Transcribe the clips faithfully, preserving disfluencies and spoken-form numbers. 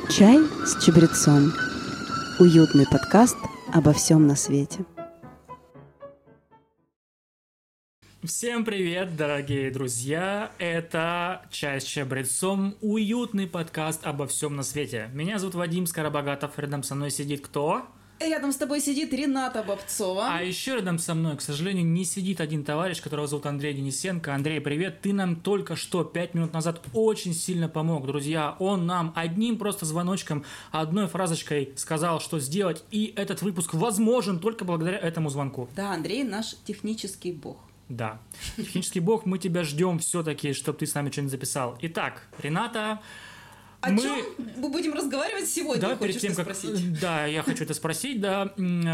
Чай с чабрецом. Уютный подкаст обо всем на свете. Всем привет, дорогие друзья! Это «Чай с чабрецом», уютный подкаст обо всем на свете. Меня зовут Вадим Скоробогатов, рядом со мной сидит кто? Рядом с тобой сидит Рената Бобцова. А еще рядом со мной, к сожалению, не сидит один товарищ, которого зовут Андрей Денисенко. Андрей, привет! Ты нам только что, пять минут назад, очень сильно помог, друзья. Он нам одним просто звоночком, одной фразочкой сказал, что сделать, и этот выпуск возможен только благодаря этому звонку. Да, Андрей наш технический бог. Да. Технический бог, мы тебя ждем все-таки, чтобы ты с нами что-нибудь записал. Итак, Рената... О мы... чем мы будем разговаривать сегодня? Да, перед Хочешь тем, ты как... спросить? Да, я хочу это спросить, да.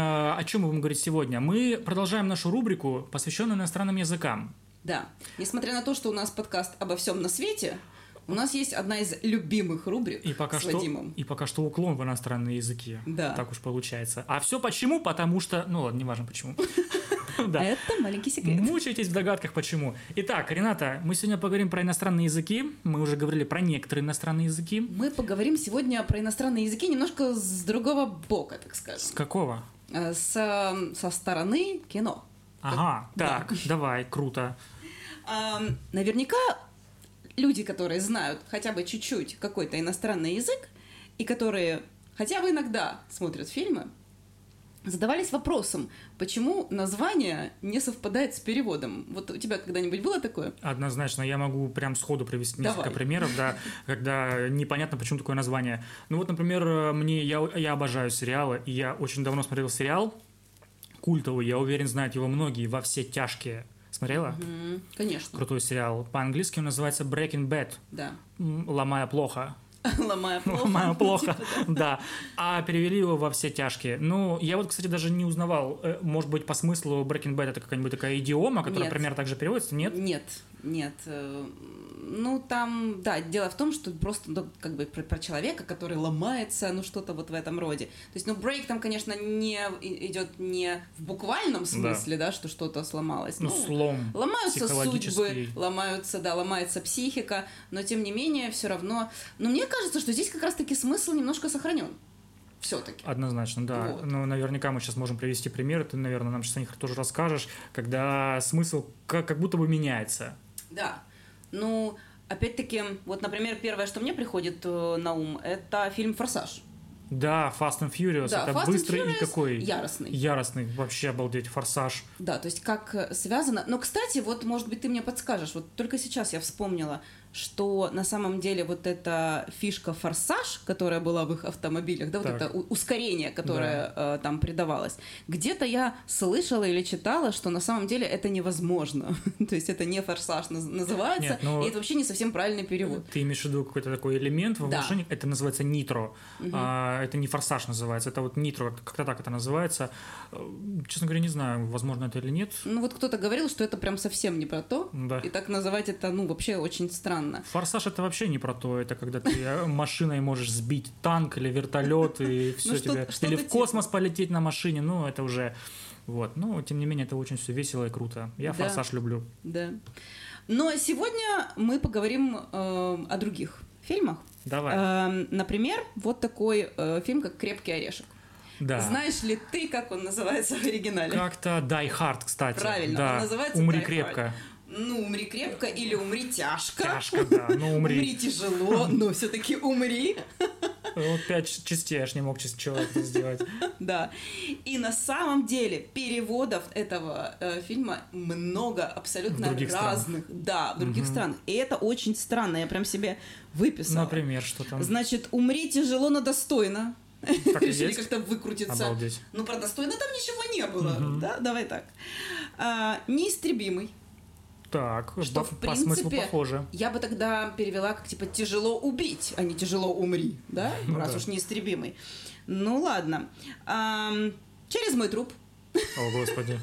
О чем мы будем говорить сегодня? Мы продолжаем нашу рубрику, посвященную иностранным языкам. Да. Несмотря на то, что у нас подкаст обо всем на свете, у нас есть одна из любимых рубрик и пока с что, Вадимом. И пока что уклон в иностранные языки. Да. Так уж получается. А все почему? Потому что... Ну ладно, неважно почему. Да. Это маленький секрет. Мучаетесь в догадках, почему. Итак, Рената, мы сегодня поговорим про иностранные языки. Мы уже говорили про некоторые иностранные языки. Мы поговорим сегодня про иностранные языки немножко с другого бока, так скажем. С какого? С, со стороны кино. Ага, так, да. Давай, круто. А, наверняка люди, которые знают хотя бы чуть-чуть какой-то иностранный язык, и которые хотя бы иногда смотрят фильмы, задавались вопросом, почему название не совпадает с переводом. Вот у тебя когда-нибудь было такое? Однозначно, я могу прям сходу привести несколько Давай. примеров, да, когда непонятно, почему такое название. Ну вот, например, мне я, я обожаю сериалы, и я очень давно смотрел сериал культовый, я уверен, знают его многие, «Во все тяжкие». Смотрела? Mm-hmm. Конечно. Крутой сериал. По-английски он называется Breaking Bad. Да. Ломая плохо. Ломая плохо. Ломая плохо, да. А перевели его «Во все тяжкие». Ну, я вот, кстати, даже не узнавал, может быть, по смыслу Breaking Bad это какая-нибудь такая идиома, которая Нет. примерно так же переводится, нет? Нет, нет. Ну, там, да, дело в том, что просто ну, как бы про, про человека, который ломается, ну, что-то вот в этом роде. То есть, ну, брейк там, конечно, не идет не в буквальном смысле, да, да что что-то сломалось. Ну, ну слом ломаются судьбы, ломаются, да, ломается психика, но, тем не менее, все равно... Ну, мне кажется, что здесь как раз-таки смысл немножко сохранен. Все-таки. Однозначно, да. Вот. Ну, наверняка мы сейчас можем привести примеры, ты, наверное, нам сейчас о них тоже расскажешь, когда смысл как, как будто бы меняется. Да. Ну, опять-таки, вот, например, первое, что мне приходит на ум, это фильм «Форсаж». Да, Fast and Furious. Да, это Fast быстрый and Furious и какой? Яростный. Яростный, вообще обалдеть, «Форсаж». Да, то есть как связано. Но, кстати, вот, может быть, ты мне подскажешь. Вот только сейчас я вспомнила, что на самом деле вот эта фишка «Форсаж», которая была в их автомобилях, да, вот так. это ускорение, которое да. э, там придавалось, где-то я слышала или читала, что на самом деле это невозможно. То есть это не «Форсаж» называется, Нет, но... и это вообще не совсем правильный перевод. Ты имеешь в виду какой-то такой элемент в да. машине, это называется нитро. Угу. А, это не «Форсаж» называется, это вот нитро, как-то так это называется. Честно говоря, не знаю, возможно это или нет. Ну вот кто-то говорил, что это прям совсем не про то, да. и так называть это, ну, вообще очень странно. «Форсаж» это вообще не про то, это когда ты машиной можешь сбить танк или вертолет и все тебе, или в космос полететь на машине, ну это уже, вот, но тем не менее это очень все весело и круто. Я «Форсаж» люблю. Да. Но сегодня мы поговорим э, о других фильмах. Давай. Э, например, вот такой э, фильм, как «Крепкий орешек». Да. Знаешь ли ты, как он называется в оригинале? Как-то «Die Hard», кстати. Правильно, да. он называется «Умри Die крепко». Hard. Ну, умри крепко или умри тяжко. Тяжко, да, ну умри. Умри тяжело, но все-таки умри. Вот пять частей аж не мог человек это сделать. Да. И на самом деле переводов этого э, фильма много, абсолютно разных. Да, в других угу. странах. И это очень странно, я прям себе выписала. Например, что там? Значит, умри тяжело, но достойно. Так решили как-то выкрутиться. Обалдеть. Ну, про достойно там ничего не было. Угу. Да, давай так. А, неистребимый. Так, что, по, в по принципе, смыслу похоже. Я бы тогда перевела как, типа, тяжело убить, а не тяжело умри, да? Ну, раз да. уж неистребимый. Ну, ладно. А, через мой труп. О, Господи.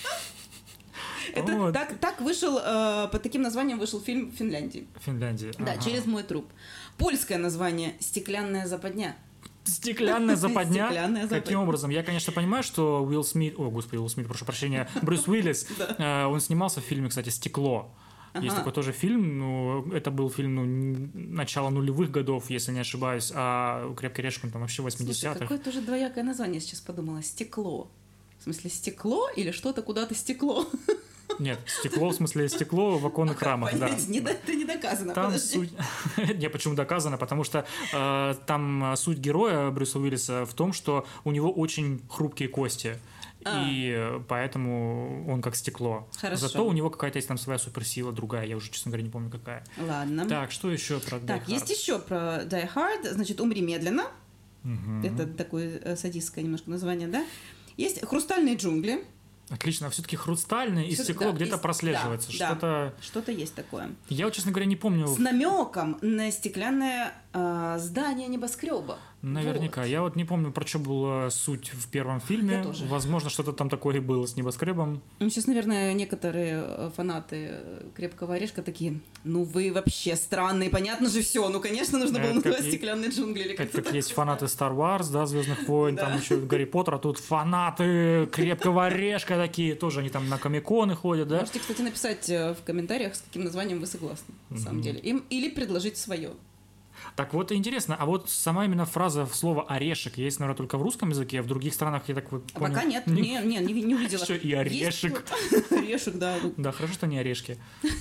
Это вот. так, так вышел, э, под таким названием вышел фильм в Финляндии. В Финляндии. Да, ага. через мой труп. Польское название «Стеклянная западня». Стеклянная западня? Стеклянная западня. Каким образом? Я, конечно, понимаю, что Уилл Смит... О, господи, Уилл Смит, прошу прощения. Брюс Уиллис, он снимался в фильме, кстати, «Стекло». Ага. Есть такой тоже фильм, ну, это был фильм ну, начала нулевых годов, если не ошибаюсь, а «Крепкий орешек» там вообще восьмидесятых. Слушай, какое-то уже двоякое название, сейчас подумала. «Стекло». В смысле, стекло или что-то куда-то стекло? Нет, стекло, в смысле стекло в оконных а рамах, да. Не, это не доказано, там подожди. Суть... Не, почему доказано? Потому что э, там суть героя Брюса Уиллиса в том, что у него очень хрупкие кости. А. И поэтому он как стекло. Хорошо. Зато у него какая-то есть там своя суперсила другая. Я уже, честно говоря, не помню, какая. Ладно. Так, что еще про Die Так, Hard? есть еще про Die Hard. Значит, «Умри медленно». Угу. Это такое садистское немножко название, да? Есть «Хрустальные джунгли». Отлично, все-таки хрустальное и стекло да, где-то из... прослеживается. Да, что-то... Да, что-то есть такое. Я, вот, честно говоря, не помню. С намеком на стеклянное э, здание небоскреба. Наверняка. Вот. Я вот не помню, про что была суть в первом фильме. Я тоже. Возможно, что-то там такое и было с небоскребом. Ну, сейчас, наверное, некоторые фанаты «Крепкого орешка» такие: ну вы вообще странные, понятно же все. Ну, конечно, нужно было это называть «Стеклянные джунгли». Или это как есть фанаты Star Wars, да, «Звездных войн», там еще Гарри Поттера, тут фанаты «Крепкого орешка» такие, тоже они там на комиконы ходят, да? Можете, кстати, написать в комментариях, с каким названием вы согласны, на самом деле. Им, или предложить свое. Так вот, интересно, а вот сама именно фраза в слово «орешек» есть, наверное, только в русском языке, а в других странах я так вот а понял... Пока нет, не, не, не, не увидела. Что, и орешек? Орешек, да. Да, хорошо, что не орешки.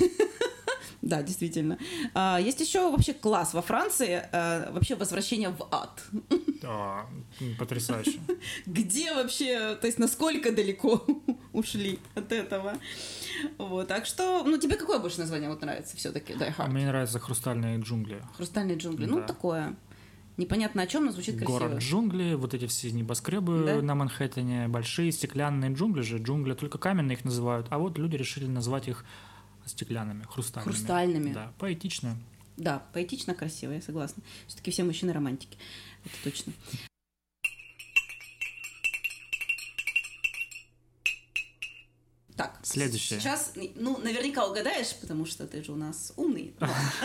Да, действительно. А, есть еще вообще класс во Франции, а, вообще «Возвращение в ад». Да, потрясающе. Где вообще, то есть насколько далеко ушли от этого. Вот, так что, ну тебе какое больше название вот нравится все-таки, Die Hard? Мне нравятся «Хрустальные джунгли». «Хрустальные джунгли», да. Ну такое. Непонятно о чем, но звучит красиво. Город джунгли, вот эти все небоскребы да? на Манхэттене, большие стеклянные джунгли же, джунгли только каменные их называют, а вот люди решили назвать их стеклянными, хрустальными. Хрустальными. Да, поэтично. Да, поэтично, красиво, я согласна. Все-таки все мужчины романтики, это точно. Так, следующее. Сейчас, ну, наверняка угадаешь, потому что ты же у нас умный.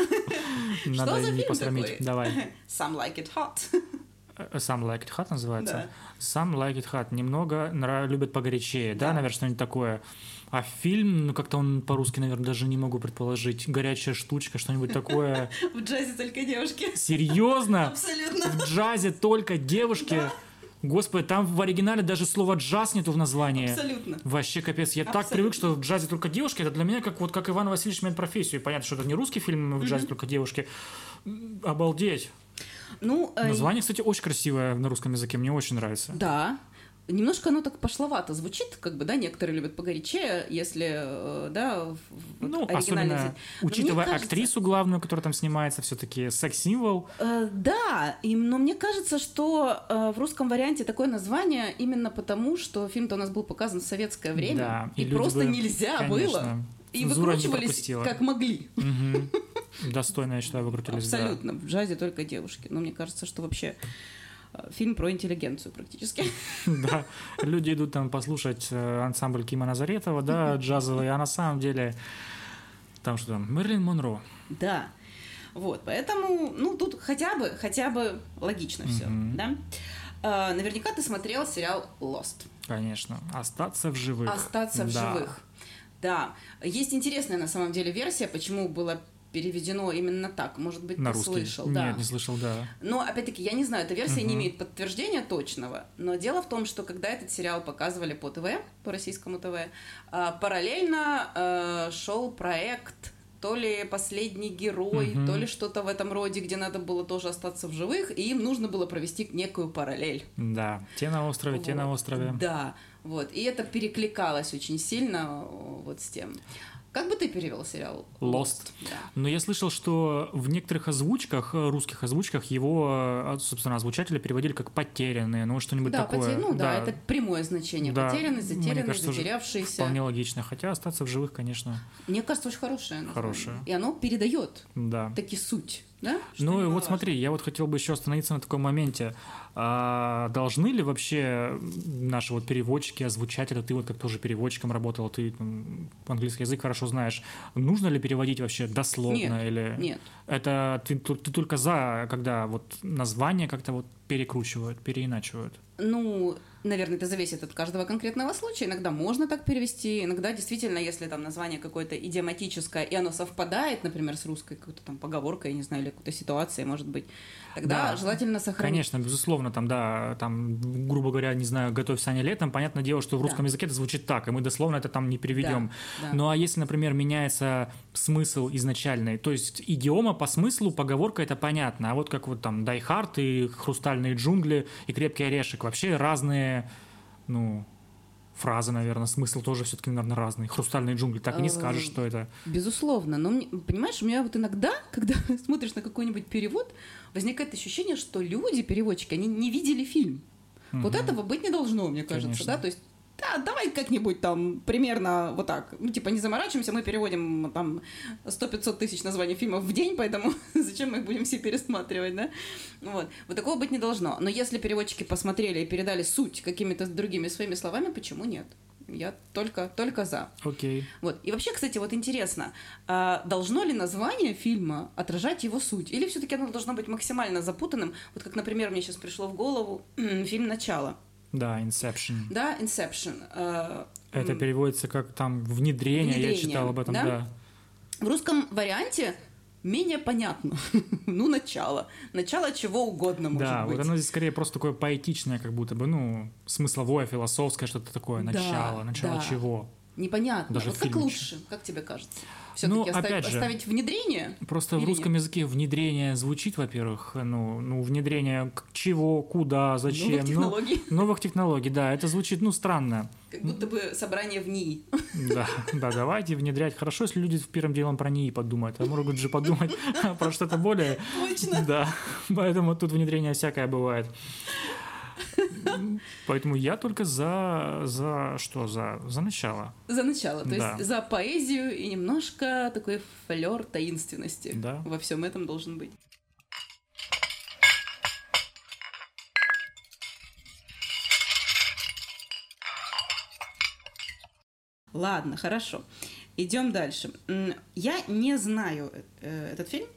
Надо не посрамить. Давай. Some Like It Hot. Some Like It Hot называется? Да. Some Like It Hot. Немного любят погорячее, да, да наверное, что-нибудь такое. А фильм, ну, как-то он по-русски, наверное, даже не могу предположить. «Горячая штучка», что-нибудь такое. В джазе только девушки. Серьезно? Абсолютно. В джазе только девушки? Да. Господи, там в оригинале даже слова «джаз» нету в названии. Абсолютно. Вообще капец. Я Абсолютно. так привык, что в джазе только девушки. Это для меня как вот как Иван Васильевич меняет профессию. Понятно, что это не русский фильм, в джазе mm-hmm. только девушки. Обалдеть. Ну, название, э... кстати, очень красивое на русском языке. Мне очень нравится. Да. Немножко оно так пошловато звучит, как бы, да, некоторые любят погорячее, если, да, в ну, особенно учитывая кажется, актрису главную, которая там снимается, все-таки секс-символ. Э, да, и, но мне кажется, что э, в русском варианте такое название именно потому, что фильм-то у нас был показан в советское время, да, и, и просто бы, нельзя конечно, было, и выкручивались как могли. Угу. Достойно, я считаю, выкрутились. Абсолютно, да. В джазе только девушки, но мне кажется, что вообще... Фильм про интеллигенцию практически. Да, люди идут там послушать ансамбль Кима Назаретова, да, джазовый, а на самом деле там что там, Мерлин Монро. Да, вот, поэтому, ну, тут хотя бы, хотя бы логично все, mm-hmm. да. А, наверняка ты смотрел сериал Lost. Конечно, «Остаться в живых». «Остаться в да. живых», да. Есть интересная на самом деле версия, почему было переведено именно так. Может быть, на ты русский. слышал. Нет, да. не слышал, да. Но, опять-таки, я не знаю, эта версия uh-huh. не имеет подтверждения точного, но дело в том, что когда этот сериал показывали по ТВ, по российскому ТВ, параллельно шел проект то ли «Последний герой», uh-huh. то ли что-то в этом роде, где надо было тоже остаться в живых, и им нужно было провести некую параллель. Да, те на острове, вот. те на острове. Да, вот, и это перекликалось очень сильно вот с тем. Как бы ты перевел сериал Lost? Lost? Да. Но я слышал, что в некоторых озвучках, русских озвучках, его, собственно, озвучатели переводили как «потерянные», ну что-нибудь да, такое. Потер... Ну да, да, это прямое значение. Да. Потерянный, затерянный, кажется, затерявшийся. Вполне логично. Хотя «Остаться в живых», конечно... Мне кажется, очень хорошее название. Хорошее. И оно передает да. таки суть. Да? Ну и вот смотри, я вот хотел бы еще остановиться на таком моменте. А должны ли вообще наши вот переводчики, озвучатели, ты вот как тоже переводчиком работал, ты там, английский язык хорошо знаешь, нужно ли переводить вообще дословно? Нет, или нет. Это ты, ты, ты только за, когда вот название как-то вот перекручивают, переиначивают? Ну, наверное, это зависит от каждого конкретного случая. Иногда можно так перевести, иногда действительно, если там название какое-то идиоматическое, и оно совпадает, например, с русской какой-то там поговоркой, я не знаю, или какой-то ситуацией, может быть, тогда Да, желательно сохранить. Конечно, безусловно, там, да, там, грубо говоря, не знаю, «Готовь Саня летом», понятное дело, что в русском Да. языке это звучит так, и мы дословно это там не переведем. Да, да. Ну, а если, например, меняется смысл изначальный, то есть идиома по смыслу, поговорка — это понятно, а вот как вот там «Die Hard» и «Хрустальные джунгли» и «Крепкий орешек» вообще разные, ну... фразы, наверное, смысл тоже все-таки, наверное, разный. «Хрустальные джунгли», так и не скажешь, что это. Безусловно. Но, мне- понимаешь, у меня вот иногда, когда смотришь на какой-нибудь перевод, возникает ощущение, что люди, переводчики, они не видели фильм. Вот Мгм. этого быть не должно, мне кажется, Конечно. да? То есть, да, давай как-нибудь там примерно вот так. Ну, типа, не заморачиваемся, мы переводим там сто-пятьсот тысяч названий фильмов в день, поэтому зачем мы их будем все пересматривать, да? Вот. Вот такого быть не должно. Но если переводчики посмотрели и передали суть какими-то другими своими словами, почему нет? Я только, только за. Окей. Вот. И вообще, кстати, вот интересно, а должно ли название фильма отражать его суть? Или все-таки оно должно быть максимально запутанным? Вот как, например, мне сейчас пришло в голову фильм «Начало». Да, «Inception». Да, Inception. э, Это м, переводится как там «внедрение», я «Внедрение», читал об этом, да? да. В русском варианте менее понятно. Ну, начало. Начало чего угодно может Да, быть. вот оно здесь скорее просто такое поэтичное, как будто бы, ну, смысловое, философское, что-то такое, Да, начало, начало да. чего. Непонятно. Даже Вот в как фильме лучше, как тебе кажется? Все-таки Ну, опять же, оставить внедрение? Просто Или в русском нет? языке внедрение звучит, во-первых, ну, ну внедрение к чего, куда, зачем. Новых ну, технологий. новых технологий, да, это звучит, ну, странно. Как будто бы собрание в НИИ. Да, да, давайте внедрять. Хорошо, если люди первым делом про НИИ подумают, а могут же подумать про что-то более... Точно. Да, поэтому тут внедрение всякое бывает. Поэтому я только за, за что? За, за начало. За начало, то Да. есть за поэзию и немножко такой флёр таинственности Да. во всем этом должен быть. Ладно, хорошо. Идем дальше. М, Я не знаю э, этот фильм,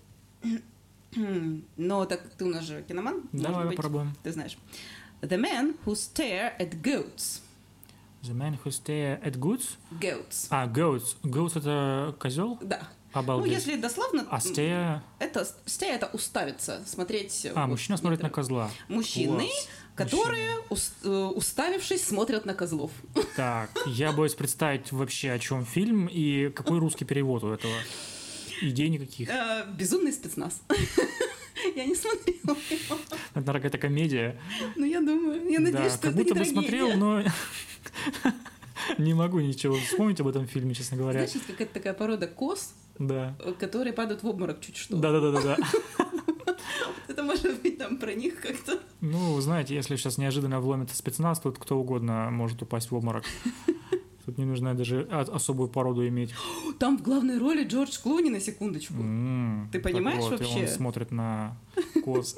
но так ты у нас же киноман, Давай может быть, попробуем. ты знаешь. The Man Who Stare at Goats. The man who stare at goats. Goats. А, goats. Goats — это козел? Да. Обалдеть. Ну, если дословно, А stare... это stare — это уставиться, смотреть. А, вот мужчина смотрит на некоторые- козла. Мужчины, Класс. которые, ус- э, уставившись, смотрят на козлов. Так, я боюсь представить вообще, о чем фильм и какой русский перевод у этого. Идей никаких. Э, Безумный спецназ. Я не смотрела его. Это, наверное, какая-то комедия. Ну, я думаю, я Да, надеюсь, что как это не будто бы смотрел, трагедия. но не могу ничего вспомнить об этом фильме, честно говоря. Знаешь, есть какая-то такая порода коз, Да. э, которые падают в обморок чуть что. Да-да-да-да. Это может быть там про них как-то. Ну, знаете, если сейчас неожиданно вломится спецназ, тут кто угодно может упасть в обморок. Тут не нужно даже о- особую породу иметь. Там в главной роли Джордж Клуни, на секундочку. М, Ты так понимаешь вот, и вообще? он смотрит на коз.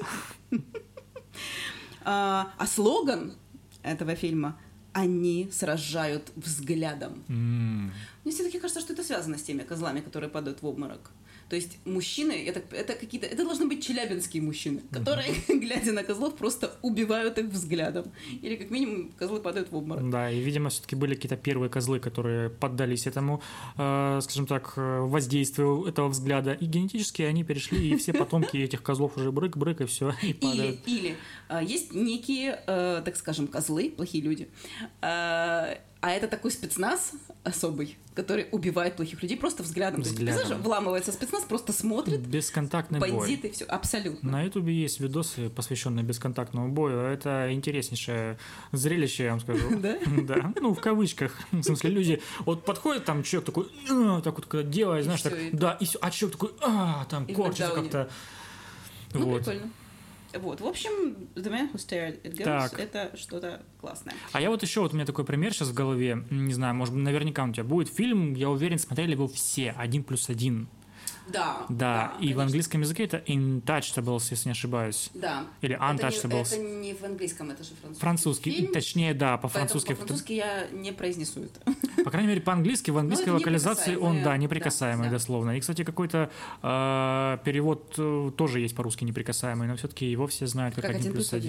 А, а слоган этого фильма «Они сражают взглядом». М, Мне все-таки кажется, что это связано с теми козлами, которые падают в обморок. То есть мужчины, это, это какие-то, это должны быть челябинские мужчины, которые, глядя на козлов, просто убивают их взглядом. Или как минимум козлы падают в обморок. Да, и, видимо, все-таки были какие-то первые козлы, которые поддались этому, э, скажем так, э, воздействию этого взгляда. И генетически они перешли, и все потомки этих козлов уже брык-брык, и все, и Или, падают. или а, есть некие, э, так скажем, козлы, плохие люди, а, а это такой спецназ особый, который убивает плохих людей просто взглядом. То есть, Взглядом. представляешь, вламывается спецназ, просто смотрит, Бесконтактный бой. бандиты, все, абсолютно. На Ютубе есть видосы, посвященные бесконтактному бою. Это интереснейшее зрелище, я вам скажу. Да? Да. Ну, в кавычках. В смысле, люди вот подходит, там человек такой, «А», так вот, когда делает, знаешь, всё, так, и- да, и всё, а человек такой, а, там И в корчится нокдауне. как-то. Ну, Вот. прикольно. Вот, в общем, The Man Who Stared at Goats Так. это что-то классное. А я вот еще, вот у меня такой пример сейчас в голове, не знаю, может, наверняка у тебя будет фильм, я уверен, смотрели его все, один плюс один. Да. Да, и в конечно. английском языке это Intouchables, если не ошибаюсь. Да. Или Это не, Untouchables. это не в английском, это же французский. Французский, фильм, точнее, да, поэтому по-французски. по-французски я не произнесу это. По крайней мере, по-английски, в английской это локализации он, да, неприкасаемые, неприкасаемый, да, да. дословно. И, кстати, какой-то э, перевод э, тоже есть по-русски неприкасаемый, но все-таки его все знают как, Как один один плюс плюс один. один.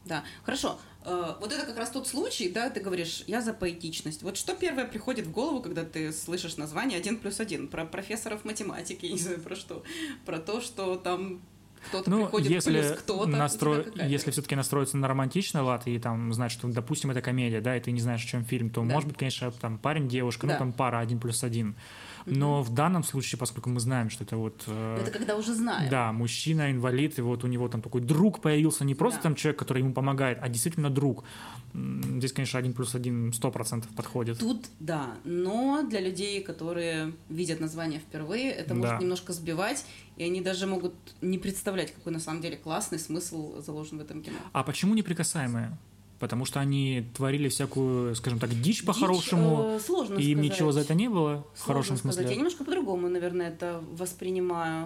Да, хорошо. Э, Вот это как раз тот случай, да, ты говоришь, я за поэтичность. Вот что первое приходит в голову, когда ты слышишь название «один плюс один»? Про профессоров математики, я не знаю, про что. Про то, что там кто-то Ну, приходит если, плюс кто-то. настро... У тебя какая если все-таки настроиться на романтичный лад и там знать, что, допустим, это комедия, да, и ты не знаешь, о чем фильм, то, Да. может быть, конечно, там парень, девушка, Да. ну, там пара один плюс один. Но в данном случае, поскольку мы знаем, что это вот... э, Это когда уже знаем. Да, мужчина, инвалид, и вот у него там такой друг появился, не просто Да. там человек, который ему помогает, а действительно друг. М, Здесь, конечно, один плюс один сто процентов подходит. Тут да, но для людей, которые видят название впервые, это Да. может немножко сбивать, и они даже могут не представлять, какой на самом деле классный смысл заложен в этом кино. А почему неприкасаемые? Потому что они творили всякую, скажем так, дичь по-хорошему, Дичь, э, сложно и им сказать. ничего за это не было, в Сложно хорошем сказать. смысле. Я немножко по-другому, наверное, это воспринимаю.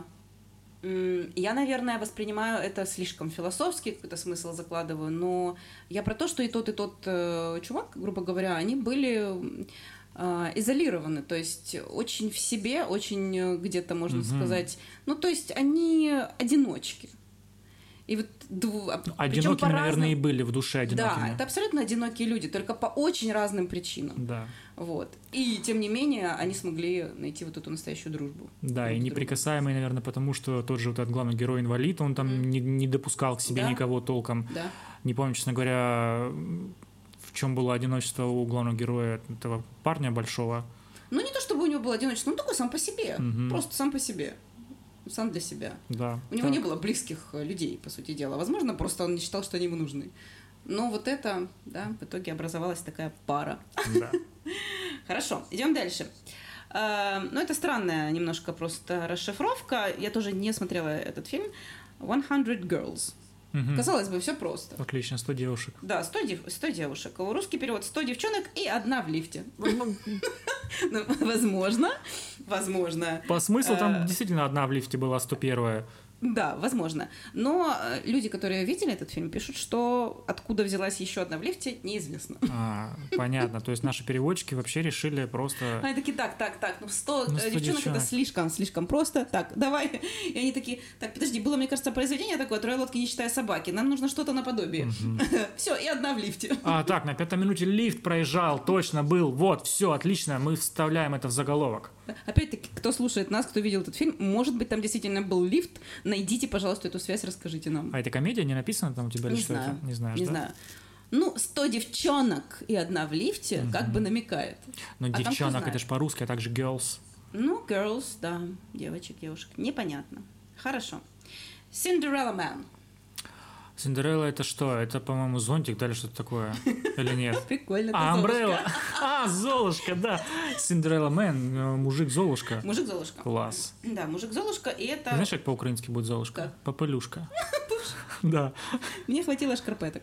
М, Я, наверное, воспринимаю это слишком философски, какой-то смысл закладываю, но я про то, что и тот, и тот э, чувак, грубо говоря, они были э, изолированы, то есть очень в себе, очень э, где-то, можно Мгм. сказать, ну, то есть они одиночки. И вот дву- а, причём Одинокими, по разным- наверное, и были в душе Да, одинокими. это абсолютно одинокие люди, только по очень разным причинам. Да, Вот. И тем не менее, они смогли найти вот эту настоящую дружбу. да, друг и с другом. неприкасаемый, наверное, потому что тот же вот этот главный герой инвалид, он там Мгм. не, не допускал к себе Да. никого толком. Да. Не помню, честно говоря, в чем было одиночество у главного героя этого парня большого. Ну, не то чтобы у него было одиночество, он такой сам по себе. Мгм. Просто сам по себе. Сам для себя. Да. У него Так. не было близких э, людей, по сути дела. Возможно, просто он не считал, что они ему нужны. Но вот это, да, в итоге образовалась такая пара. Да. Хорошо, идем дальше. Э, Ну, это странная немножко просто расшифровка. Я тоже не смотрела этот фильм. сто Girls. Мгм. Казалось бы, все просто. Отлично, сто девушек. Да, сто, дев- сто девушек. Русский перевод сто девчонок и одна в лифте. Ну, возможно, возможно. По смыслу Э, там действительно одна в лифте была, сто первая. Да, возможно. Но э, люди, которые видели этот фильм, пишут, что откуда взялась еще одна в лифте, неизвестно. А, понятно. То есть наши переводчики вообще решили просто... Они такие, так, так, так, ну сто, Ну, э, сто девчонок, девчонок. это слишком, слишком просто. Так, давай. И они такие, так, подожди, было, мне кажется, произведение такое, трое лодки, не считая собаки. Нам нужно что-то наподобие. Все, и одна в лифте. А, так, на пятой минуте лифт проезжал, точно был. Вот, все, отлично, мы вставляем это в заголовок. Опять-таки, кто слушает нас, кто видел этот фильм, может быть, там действительно был лифт. Найдите, пожалуйста, эту связь, расскажите нам. А это комедия не написано там у тебя или Не что знаю. это? Не знаешь, Не да? знаю. Ну, сто девчонок и одна в лифте как бы намекает. Но А там кто девчонок, знает? это же по-русски, а также girls. Ну, girls, да, девочек, девушек. Непонятно. Хорошо. Cinderella Man. Синдерелла это что? Это, по-моему, зонтик, да, или что-то такое? Или нет? Прикольно. это А, Амбрелла. Золушка. А, Золушка, да. Синдерелла Мэн, мужик Золушка. Мужик Золушка. Класс. Да, мужик Золушка, и это... Знаешь, как по-украински будет Золушка? Как? Попелюшка. Да. Мне хватило шкарпеток.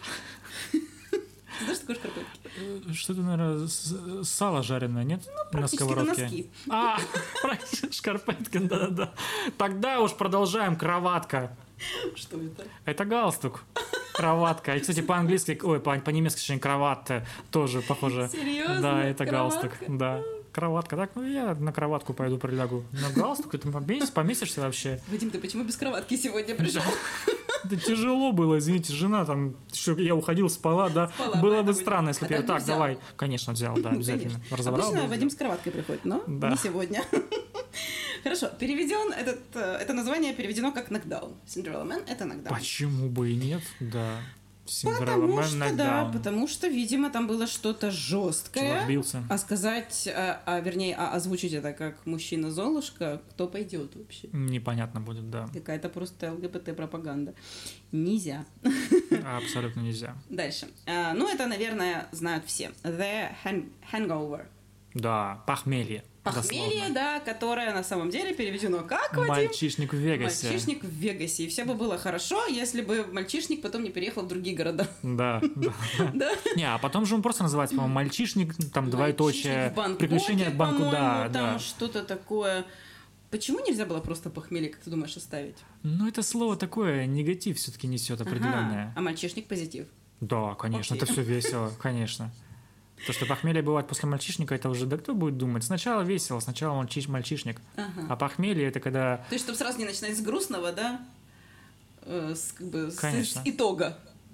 Ты знаешь, что такое шкарпетки? Что-то, наверное, с- сало жареное, нет? На практически сковородке. носки. А, шкарпетка, да-да-да. Тогда уж продолжаем. Кроватка. Что это? Это галстук. Кроватка. И, кстати, по-английски, ой, по- по-немецки, точнее, кроватка тоже похоже. Серьезно? Да, это Кроватка? галстук. Да. Кроватка. Так, ну я на кроватку пойду прилягу. На галстук ты поместишься, поместишься вообще? Вадим, ты почему без кроватки сегодня пришел? Да тяжело было, извините, жена там, еще я уходил, спала, да. Спала, было поэтому бы не- странно, если А бы я так бы так, взял. давай. Конечно, взял, да, Ну, обязательно. конечно. Разобрал Обычно бы, Вадим взял. с кроваткой приходит, но Да. не сегодня. Хорошо, переведен этот, э, это название переведено как нокдаун. Cinderella Man — это нокдаун. Почему бы и нет, да. Синдерелла Потому Мэн, что, да, нокдаун. потому что, видимо, там было что-то жесткое. Чувак бился. А сказать, а, а, вернее, а озвучить это как мужчина Золушка, кто пойдет вообще? Непонятно будет, да. Какая-то просто ЛГБТ-пропаганда. Нельзя. Абсолютно нельзя. Дальше. А, ну, это, наверное, знают все. The hang- Hangover. Да, похмелье. Похмелье, дословно. да, которое на самом деле переведено как, Вадим? Мальчишник в Вегасе. Мальчишник в Вегасе. И все бы было хорошо, если бы мальчишник потом не переехал в другие города. Да, да. Да? Не, а потом же он просто называется, по-моему, мальчишник, там, двоеточие, Мальчишник в Бангкоке, приключения в банку, по-моему, да, там да. что-то такое. Почему нельзя было просто похмелье, как ты думаешь, оставить? Ну, это слово такое, негатив все-таки несет определенное. Ага. А мальчишник позитив. Да, конечно, Окей. это все весело, конечно. То, что похмелье бывает после мальчишника, это уже, да кто будет думать? Сначала весело, сначала мальчиш, мальчишник. Ага. А похмелье это когда... То есть, чтобы сразу не начинать с грустного, да? Э, с, как бы, с, Конечно. с итога.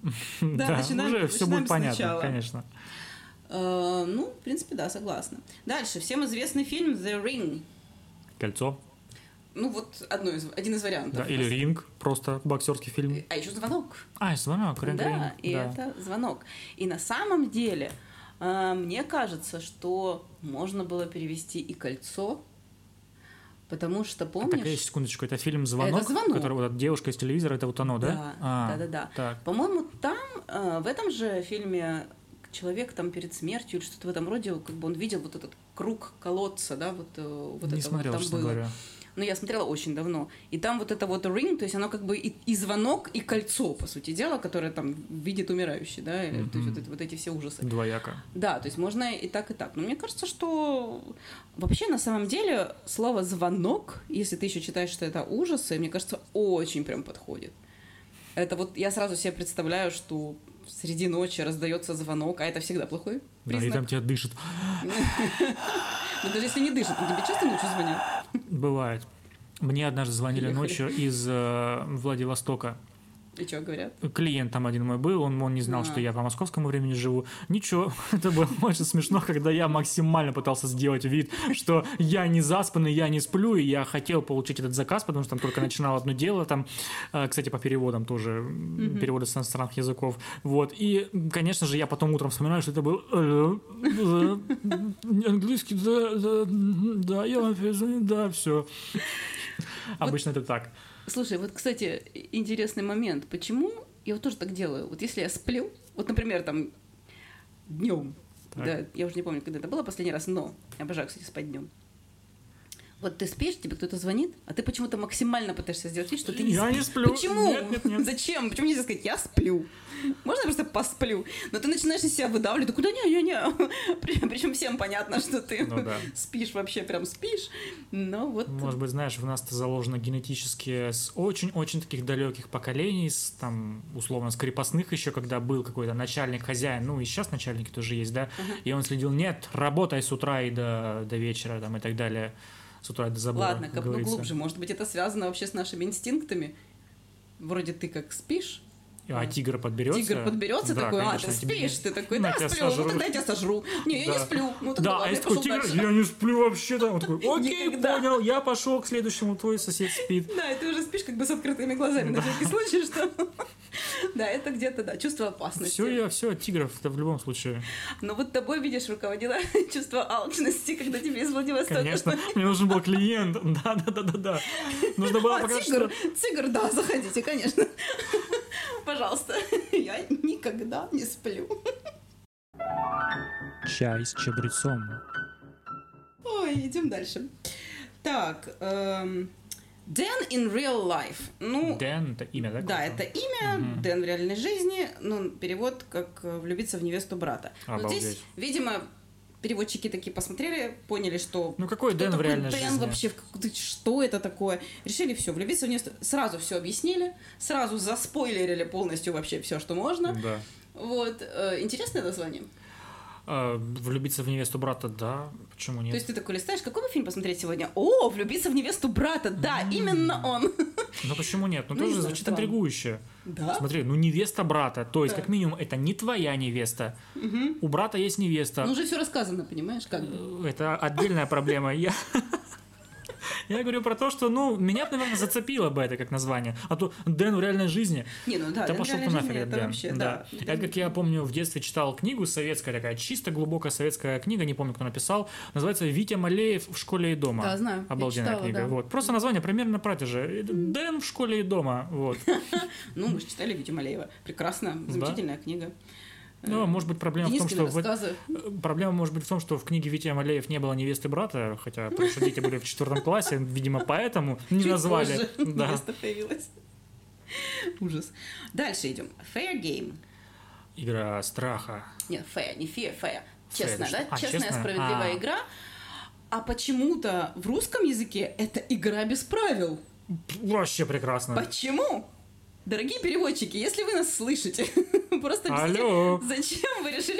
Да, начинаем- уже все будет начинаем понятно, сначала. конечно. Э, Ну, в принципе, да, согласна. Дальше, всем известный фильм «The Ring». Кольцо, Ну, вот одно из, один из вариантов. да, или Ринг, просто боксерский фильм. А еще «Звонок». А, и звонок, Ринг, Да, Ринг, и да. это «Звонок». И на самом деле, э, мне кажется, что можно было перевести и «Кольцо», потому что, А помнишь... так, секундочку, это фильм «Звонок», Это «Звонок». который вот эта девушка из телевизора, это вот оно, да? Да, А, да-да-да. Так. По-моему, там, э, в этом же фильме человек там перед смертью или что-то в этом роде, как бы он видел вот этот круг колодца, да, вот, э, вот Не это смотрел, вот там честно было. говоря. Ну, я смотрела очень давно. И там вот это вот ring, то есть оно как бы и, и звонок, и кольцо, по сути дела, которое там видит умирающий, да, или, то есть вот, эти- вот эти все ужасы. Двояко. Да, то есть можно и так, и так. Но мне кажется, что вообще на самом деле слово «звонок», если ты еще считаешь, что это ужасы, мне кажется, очень прям подходит. Это вот я сразу себе представляю, что среди ночи раздается звонок, а это всегда плохой Да, и признак. там тебя дышит. Но даже если не дышит, ну, тебе часто ночью звонят? Бывает. Мне однажды звонили Ехали. ночью из э, Владивостока. И что говорят? Клиент там один мой был, он, он не знал, А. что я по московскому времени живу. Ничего, это было очень смешно, когда я максимально пытался сделать вид, что я не заспанный, я не сплю, и я хотел получить этот заказ, потому что там только начинал одно дело, там, э, кстати, по переводам тоже, м, переводы с иностранных языков. Вот, и, конечно же, я потом утром вспоминаю, что это был «Алло, да, английский, да, да, да, я вам перезвоню, да, все. Обычно это так. Слушай, вот, кстати, интересный момент. Почему я вот тоже так делаю? Вот если я сплю, вот, например, там днем, Так. да, я уже не помню, когда это было последний раз, но я обожаю, кстати, спать днем. Вот ты спишь, тебе кто-то звонит, а ты почему-то максимально пытаешься сделать вид, что ты не Я спишь. не сплю. Почему? Нет, нет, нет. Зачем? Почему нельзя сказать «я сплю»? Можно я просто посплю? Но ты начинаешь из себя выдавливать, да куда не-не-не. Причем всем понятно, что ты Ну да. спишь, вообще прям спишь. Но вот... Может быть, знаешь, в нас это заложено генетически с очень-очень таких далеких поколений, с, там, условно, с крепостных еще, когда был какой-то начальник, хозяин, ну и сейчас начальники тоже есть, да, и он следил, нет, работай с утра и до, до вечера, там, и так далее, с утра и до забора, Ладно, как копну говорится. глубже. Может быть, это связано вообще с нашими инстинктами? Вроде ты как спишь, А тигр подберется? тигр подберется Да, такой, а, конечно, ты тебе- спишь, ты такой, На да, тебя сплю, сожру. ну тогда я тебя сожру. Не, я Да. не сплю. Ну тогда Да, ладно, а я я такой, пошел тигр, дальше. я не сплю вообще-то. Он такой, окей, Никогда. понял, я пошел к следующему, твой сосед спит. Да, и ты уже спишь как бы с открытыми глазами на всякий случай, что... Да, это где-то, да, чувство опасности. Все, я, все от тигров, это в любом случае. Но вот тобой, видишь, руководило чувство алчности, когда тебе из Владивостока... Конечно, мне нужен был клиент. Да, да, да, да, да. Нужно было А, пока тигр, что. тигр, да, заходите, конечно. Пожалуйста, я никогда не сплю. Чай с чабрецом. Ой, идем дальше. Так, эм, Дэн in real life. Ну, Дэн, это имя, да? да, какое-то? это имя, Мгм. Дэн в реальной жизни, ну, перевод как э, «влюбиться в невесту брата». Но Обалдеть. здесь, видимо, переводчики такие посмотрели, поняли, что Ну какой кто Дэн в такой реальной Дэн жизни? вообще, в как- что это такое? Решили все, влюбиться в невесту. Сразу все объяснили, сразу заспойлерили полностью вообще все, что можно. Да. Вот, э, интересное название. А, влюбиться в невесту брата, да. Почему нет? То есть ты такой листаешь, какой бы фильм посмотреть сегодня? О, влюбиться в невесту брата, да, именно он. Ну почему нет? Ну, Ну, не тоже знаю, звучит странно. интригующе. Да? Смотри, ну невеста брата. То есть, Да. как минимум, это не твоя невеста. У брата есть невеста. Ну, уже все рассказано, понимаешь, как бы. Это отдельная проблема. Я... Я говорю про то, что, ну, меня, наверное, зацепило бы это как название. А то Дэн в реальной жизни. Не, ну да, Да в пошел ты реальной жизни нафиг, это Дэн. вообще, Да. да. Это, как я помню, в детстве читал книгу советская такая, чисто глубокая советская книга, не помню, кто написал. Называется «Витя Малеев в школе и дома». Да, знаю, я Обалденная читала, книга. да. Вот. Просто название примерно про те же. Дэн в школе и дома. Вот. Ну, мы же читали Витю Малеева. Прекрасно, замечательная книга. Ну, может быть, проблема в том, Денискины что... в- рассказы. Проблема может быть в том, что в книге Витя Малеев не было невесты брата, хотя потому что дети были в четвертом классе, видимо, поэтому не Чуть назвали. позже Да. невеста появилась. Ужас. Дальше идем. Fair game. Игра страха. Нет, fair, не fear, fair. Честная, что? да? А, Честная, честная? справедливая А. игра. А почему-то в русском языке это игра без правил. Вообще прекрасно. Почему? Дорогие переводчики, если вы нас слышите, просто объясните, Алло. зачем вы решили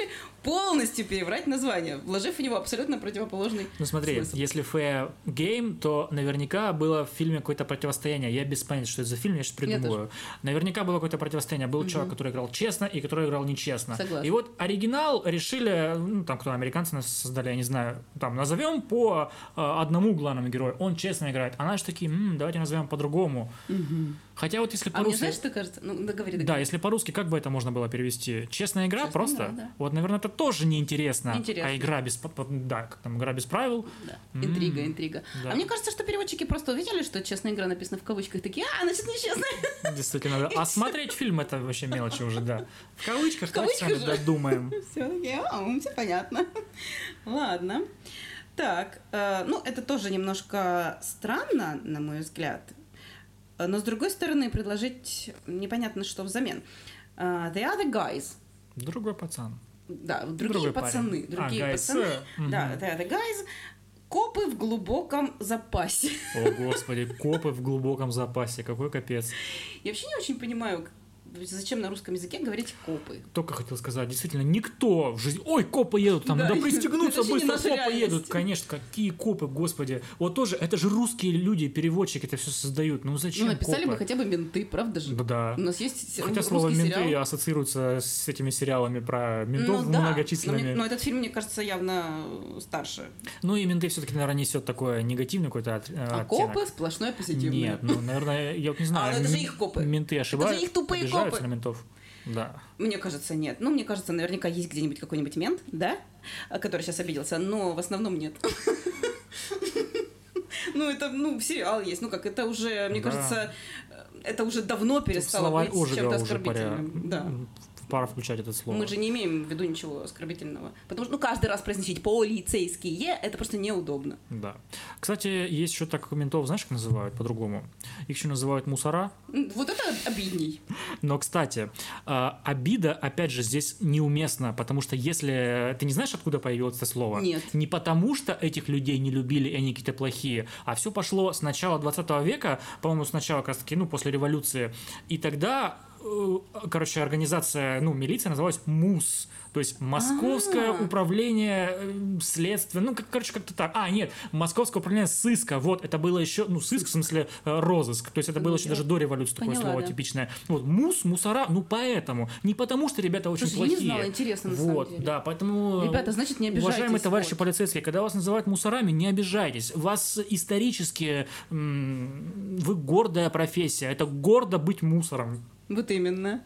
полностью переврать название, вложив в него абсолютно противоположный Ну смотри, смысл. если fair game, то наверняка было в фильме какое-то противостояние. Я без понятия, что это за фильм, я сейчас придумываю. Наверняка было какое-то противостояние. Был человек, который играл честно и который играл нечестно. Согласна. И вот оригинал решили, ну там кто, американцы нас создали, я не знаю, там назовем по э, одному главному герою. Он честно играет. А наши такие, м, давайте назовем по-другому. Хотя вот если А мне по-русски... знаешь, что кажется? Ну, договори, договори. Да, если по-русски, как бы это можно было перевести? Честная игра Честная просто? игра, да. Вот, наверное, это тоже неинтересно. Неинтересно. А игра без... п- п- Да, как там, игра без правил. Да. М, Интрига, интрига. да. А мне кажется, что переводчики просто увидели, что честная игра написана в кавычках, такие, а, значит, нечестная. Действительно, да. А смотреть фильм это вообще мелочи уже, да. В кавычках, давайте кавычках сами же. додумаем. Все такие, а, все понятно. Ладно. Так, э, ну, это тоже немножко странно, на мой взгляд. Но, с другой стороны, предложить непонятно что взамен. Uh, the other guys. Другой пацан. Да, другие Другой пацаны. парень. Другие А, guys, пацаны. э, Да, мгм. the other guys. Копы в глубоком запасе. О, господи, копы в глубоком запасе. Какой капец. Я вообще не очень понимаю, как- зачем на русском языке говорить копы. Только хотел сказать, действительно, никто в жизни... Ой, копы едут, там, Да, надо это пристегнуться вообще не быстро, наша копы реальность. едут. Конечно, какие копы, господи. Вот тоже, это же русские люди, переводчики это все создают. Ну зачем Ну, написали копы? бы хотя бы менты, правда же? Да, да. У нас есть Хотя русский слово «менты» сериал. ассоциируется с этими сериалами про ментов Ну да, но, многочисленными. мне- но этот фильм, мне кажется, явно старше. Ну и менты все-таки, наверное, несет такой негативный какой-то от, А оттенок. копы сплошное позитивное. Нет, ну, наверное, я вот не знаю. А, ну это же м- их копы. Менты ошибаются. их тупые обижаются копы. на ментов. Да. Мне кажется, нет. Ну, мне кажется, наверняка есть где-нибудь какой-нибудь мент, да, который сейчас обиделся, но в основном нет. Ну, это, ну, сериал есть. Ну, как, это уже, мне Да. кажется, это уже давно перестало Словарь быть Ожегова чем-то уже пора, оскорбительным. Да. пора включать это слово. Мы же не имеем в виду ничего оскорбительного. Потому что, ну, каждый раз произносить полицейские, это просто неудобно. Да. Кстати, есть еще так ментов, знаешь, как называют по-другому? Их еще называют мусора. М, Вот это обидней. Но, кстати, э, обида, опять же, здесь неуместна, потому что если... Ты не знаешь, откуда появилось это слово? Нет. Не потому, что этих людей не любили, и они какие-то плохие, а все пошло с начала двадцатого века, по-моему, с начала, как раз таки, ну, после революции. И тогда, э, короче, организация, ну, милиция называлась МУС, то есть Московское А. управление э, следствия, ну, как, короче, как-то так. А, нет, Московское управление сыска, вот, это было еще, ну, сыск, в смысле, э, розыск, то есть это было Ну, еще я даже до революции такое поняла, слово да. типичное. Вот, мус, мусора, ну, поэтому. Не потому, что ребята очень Слушай, я не плохие. знала, интересно, на Вот, самом деле. да, поэтому... Ребята, значит, не обижайтесь. Уважаемые товарищи вот. полицейские, когда вас называют мусорами, не обижайтесь. Вас исторически... м, Вы гордая профессия. Это гордо быть мусором. Вот именно.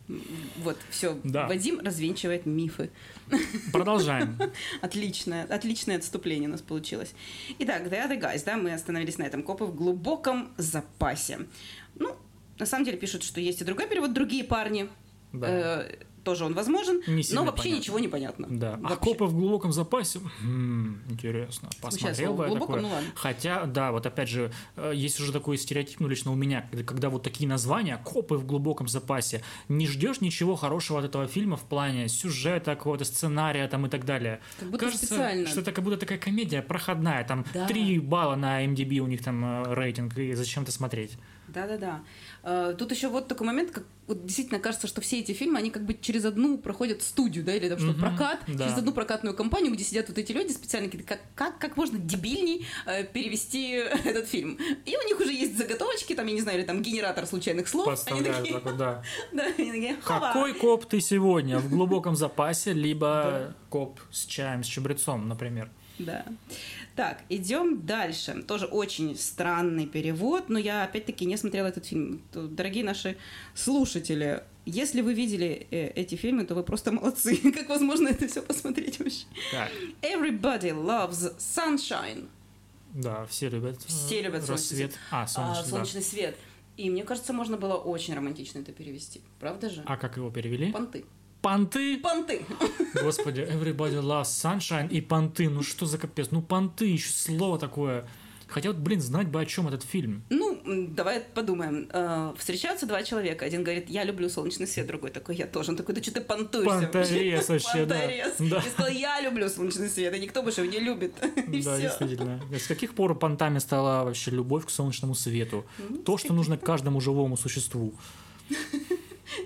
Вот, все. Да. Вадим развенчивает мифы. Продолжаем. Отличное, отличное отступление у нас получилось. Итак, The Other Guys, да, мы остановились на этом. Копы в глубоком запасе. Ну, на самом деле пишут, что есть и другой перевод, другие парни. Да. Э, тоже он возможен, Не но сильно вообще понятно. ничего не понятно. Да. А Вообще. копы в глубоком запасе? М, интересно. Посмотрел Сейчас, бы я глубоко, такое. ну ладно. Хотя, да, вот опять же, э, есть уже такой стереотип, ну, лично у меня, когда, когда вот такие названия, копы в глубоком запасе, не ждешь ничего хорошего от этого фильма в плане сюжета, какого-то сценария там и так далее. Как будто Кажется, специально. что это как будто такая комедия проходная, там Да. три балла на эм ди би у них там э, рейтинг, и зачем-то смотреть. Да-да-да. Э, Тут еще вот такой момент, как вот действительно кажется, что все эти фильмы, они как бы через одну проходят студию, да, или там что, Мгм, прокат, да. через одну прокатную компанию, где сидят вот эти люди специально, какие-то, как, как, как можно дебильней э, перевести этот фильм. И у них уже есть заготовочки, там, я не знаю, или там генератор случайных слов. Они Подставляют такие, так вот, да. да, они такие, «Хава». Какой коп ты сегодня? В глубоком запасе, либо коп с чаем, с чабрецом, например. Да. Так, идем дальше. Тоже очень странный перевод, но я опять-таки не смотрела этот фильм. То, дорогие наши слушатели, если вы видели э, эти фильмы, то вы просто молодцы. Как возможно это все посмотреть вообще? Так, Everybody loves sunshine. да, все любят э, Все любят рассвет. А, А, солнечный, да. солнечный свет. И мне кажется, можно было очень романтично это перевести. Правда же? А как его перевели? Понты. Понты? Понты. Господи, everybody loves sunshine и понты. Ну что за капец? Ну понты, еще слово такое. Хотя вот, блин, знать бы, о чем этот фильм. Ну, м, давай подумаем. Э, встречаются два человека. Один говорит, я люблю солнечный свет, другой такой, я тоже. Он такой, да что ты понтуешься? Понторез вообще, да. Понторез. Да. И сказал, я люблю солнечный свет, и никто больше его не любит. И Да, всё. действительно. С каких пор понтами стала вообще любовь к солнечному свету? Ну, То, что нужно каждому живому существу. С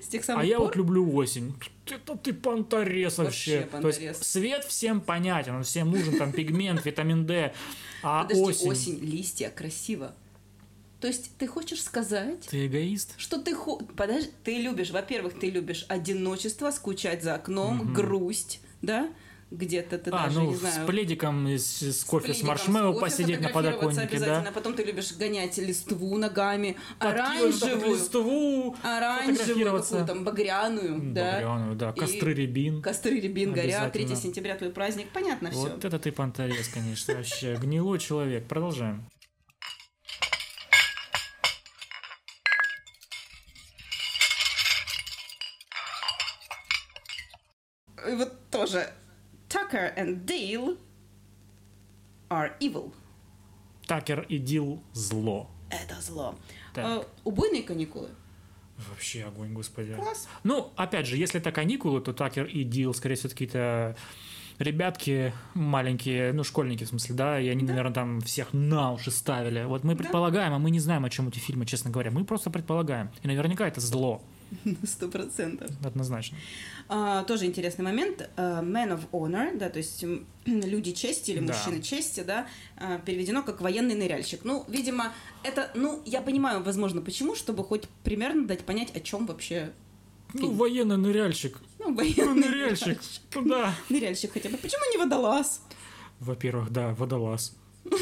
тех самых А я пор... вот люблю осень. Это ты понторез вообще. Вообще То есть понторез. свет всем понятен, он всем нужен, там пигмент, витамин D. А Подожди, осень... осень, листья, красиво. То есть ты хочешь сказать, Ты эгоист? что ты... Хо... Подожди, ты любишь, во-первых, ты любишь одиночество, скучать за окном, грусть, да? Где-то ты А, даже, ну, не с знаю... пледиком из, из кофе с пледиком, маршмеллоу кофе посидеть на фотографироваться подоконнике, обязательно, да? Потом ты любишь гонять листву ногами, Подкидывать вот так оранжевую, листву, оранжевую, фотографироваться. какую там, багряную, да? Багряную, да. И Костры рябин. Костры рябин горят, Обязательно. третьего сентября твой праздник, понятно все. Вот это ты понторез, конечно, вообще. Гнилой человек. Продолжаем. И вот тоже Tucker and Dale are evil. Такер и Дил зло. Это зло. Так. А, убойные каникулы. Вообще огонь, господи. Класс. Ну, опять же, если это каникулы, то Такер и Дил, скорее всего, какие-то ребятки маленькие, ну, школьники, в смысле, да, и они, наверное, там всех на уши ставили. Вот мы предполагаем, а мы не знаем, о чем эти фильмы, честно говоря. Мы просто предполагаем. И наверняка это зло. Сто процентов. Однозначно. А, тоже интересный момент. А, Man of Honor, да, то есть м, люди чести или Да. мужчины чести, да, а, переведено как военный ныряльщик. Ну, видимо, это, ну, я понимаю, возможно, почему, чтобы хоть примерно дать понять, о чем вообще. Ну, военный ныряльщик. Ну, Ну, военный ныряльщик. Ну, да. Ныряльщик хотя бы. Почему не водолаз? Во-первых, да, водолаз.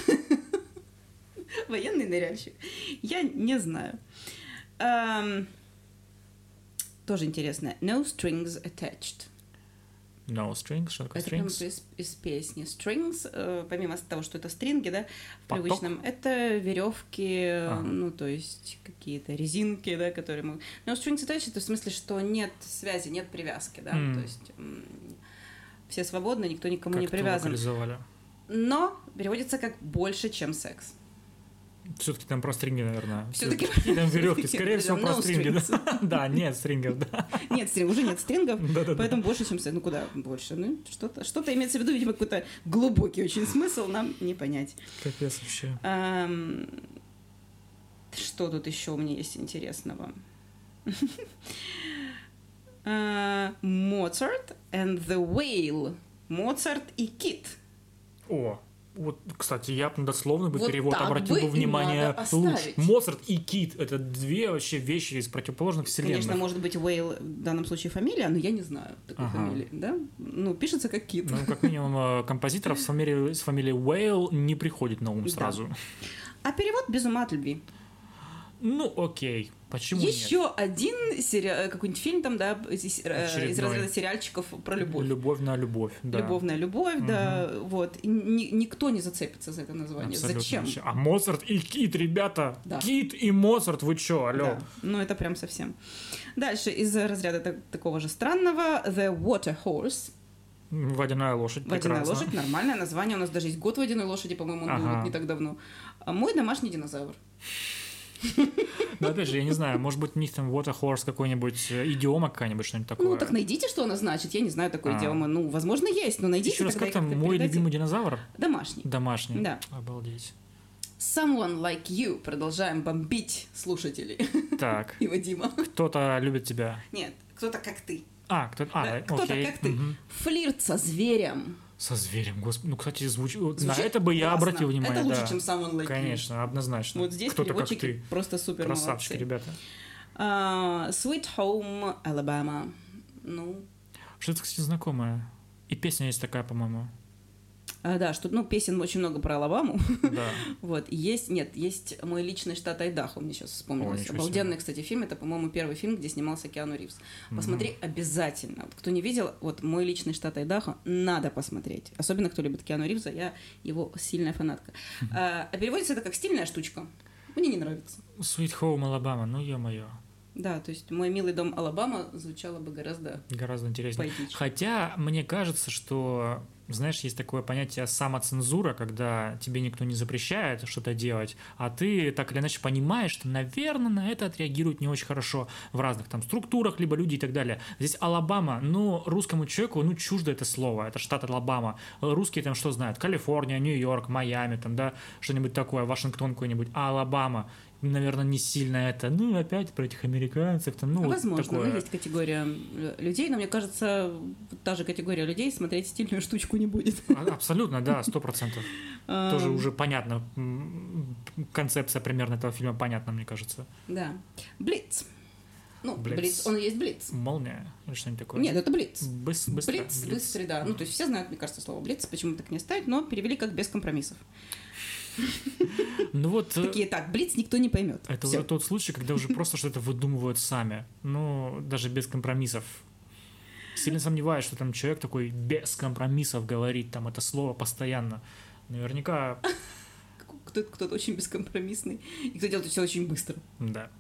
Военный ныряльщик. Я не знаю. Ам, Тоже интересно. No strings attached. No strings. Что такое Это прям strings? из, из песни. Strings, э, помимо того, что это стринги, да, в Поток? привычном, это веревки, Ага. ну, то есть какие-то резинки, да, которые мы... No strings attached, это в смысле, что нет связи, нет привязки, да, М. то есть м, все свободны, никто никому Как не это привязан. локализовали? Но переводится как «больше, чем секс». Все-таки там про стринги, наверное. Всё-таки- Какие там веревки? всё-таки Скорее всего, про no стринги. strings. Да. Да, нет стрингов, да. Нет стрингов, уже нет стрингов, Да-да-да. поэтому больше, чем секс. Ну, куда больше? Ну, что-то, что-то имеется в виду, видимо, какой-то глубокий очень смысл, нам не понять. Капец вообще. Ам, Что тут еще у меня есть интересного? А, Моцарт and the Whale. Моцарт и кит. О, вот, кстати, я бы на дословный бы Вот перевод так обратил бы бы и внимание надо лучше. оставить. Моцарт и Кит — это две вообще вещи из противоположных вселенных. Конечно, может быть, Whale в данном случае фамилия, но я не знаю такой Ага. фамилии, да? Ну, пишется как кит. Ну, как минимум, э, композиторов с фамилией, с фамилией Уэйл не приходит на ум Да. сразу. А перевод «Без ума от любви». Ну, окей. Почему нет? Еще один сериал, какой-нибудь фильм там, да, из, из Очередной. разряда сериальчиков про любовь. Любовь на любовь, да. Любовная любовь, да, вот. И ни- никто не зацепится за это название. Абсолютно Зачем? вообще. А Моцарт и Кит, ребята! Да. Кит и Моцарт, вы чё, алло? Да. Ну, это прям совсем. Дальше, из разряда так- такого же странного, The Water Horse. Водяная лошадь, Водяная прекрасно. лошадь, нормальное название. У нас даже есть год водяной лошади, по-моему, он был Ага. вот не так давно. А мой домашний динозавр. Но опять же, я не знаю, может быть, у них там water horse какой-нибудь, э, идиома какая-нибудь, что-нибудь такое. Ну, так найдите, что она значит. Я не знаю такой А. идиомы. Ну, возможно, есть, но найдите. Еще раз, тогда как и там, как-то мой передайте. любимый динозавр? Домашний. Домашний. Да. Обалдеть. Someone like you. Продолжаем бомбить слушателей. Так, И Вадима. кто-то любит тебя. Нет, кто-то как ты. А, кто-то, а, Да, э, кто-то окей. как ты. Мгм. Флирт со зверем. Со зверем, господи. Ну, кстати, звучит... На Звучит это бы я классно. обратил внимание, Это лучше, да. чем someone like you. Конечно, однозначно. Вот здесь Кто-то как переводчики ты. просто супер Красавчики, молодцы. ребята. А, Sweet Home Alabama. Ну, Что-то, кстати, знакомое. И песня есть такая, по-моему. а, да, что, ну, песен очень много про Алабаму. Да. Вот, есть, нет, есть мой личный штат Айдахо, мне сейчас О, вспомнилось. ничего Обалденный, кстати, фильм. Это, по-моему, первый фильм, где снимался Киану Ривз. Посмотри обязательно. Вот, кто не видел, вот мой личный штат Айдахо, надо посмотреть. Особенно, кто любит Киану Ривза, я его сильная фанатка. А, а переводится это как стильная штучка. Мне не нравится. Sweet Home Alabama, ну ё-моё. Да, то есть мой милый дом Алабама звучало бы гораздо Гораздо интереснее. поэтичнее. Хотя, мне кажется, что, знаешь, есть такое понятие самоцензура, когда тебе никто не запрещает что-то делать, а ты так или иначе понимаешь, что, наверное, на это отреагируют не очень хорошо в разных там структурах, либо люди и так далее. Здесь Алабама, ну, русскому человеку, ну, чуждо это слово, это штат Алабама. Русские там что знают? Калифорния, Нью-Йорк, Майами, там, да, что-нибудь такое, Вашингтон какой-нибудь, а Алабама. наверное, не сильно это, ну, опять про этих американцев, там, ну, Возможно, вот такое. ну, есть категория людей, но мне кажется, та же категория людей смотреть стильную штучку не будет. Абсолютно, да, сто процентов. Тоже уже понятно, концепция примерно этого фильма понятна, мне кажется. Да. Блиц. Ну, Блиц. Блиц, он и есть Блиц. Молния или что-нибудь такое? Нет, это Блиц. Быс- быстро. Блиц, быстрый, да. Ну, то есть все знают, мне кажется, слово Блиц, почему так не ставить, но перевели как без компромиссов. Ну вот... Такие, так, Блиц никто не поймет. Это Всё. уже тот случай, когда уже просто что-то выдумывают сами. Ну, даже без компромиссов. Сильно сомневаюсь, что там человек такой без компромиссов говорит там это слово постоянно. Наверняка... Кто-то, кто-то очень бескомпромиссный. И кто делает все очень быстро. Да.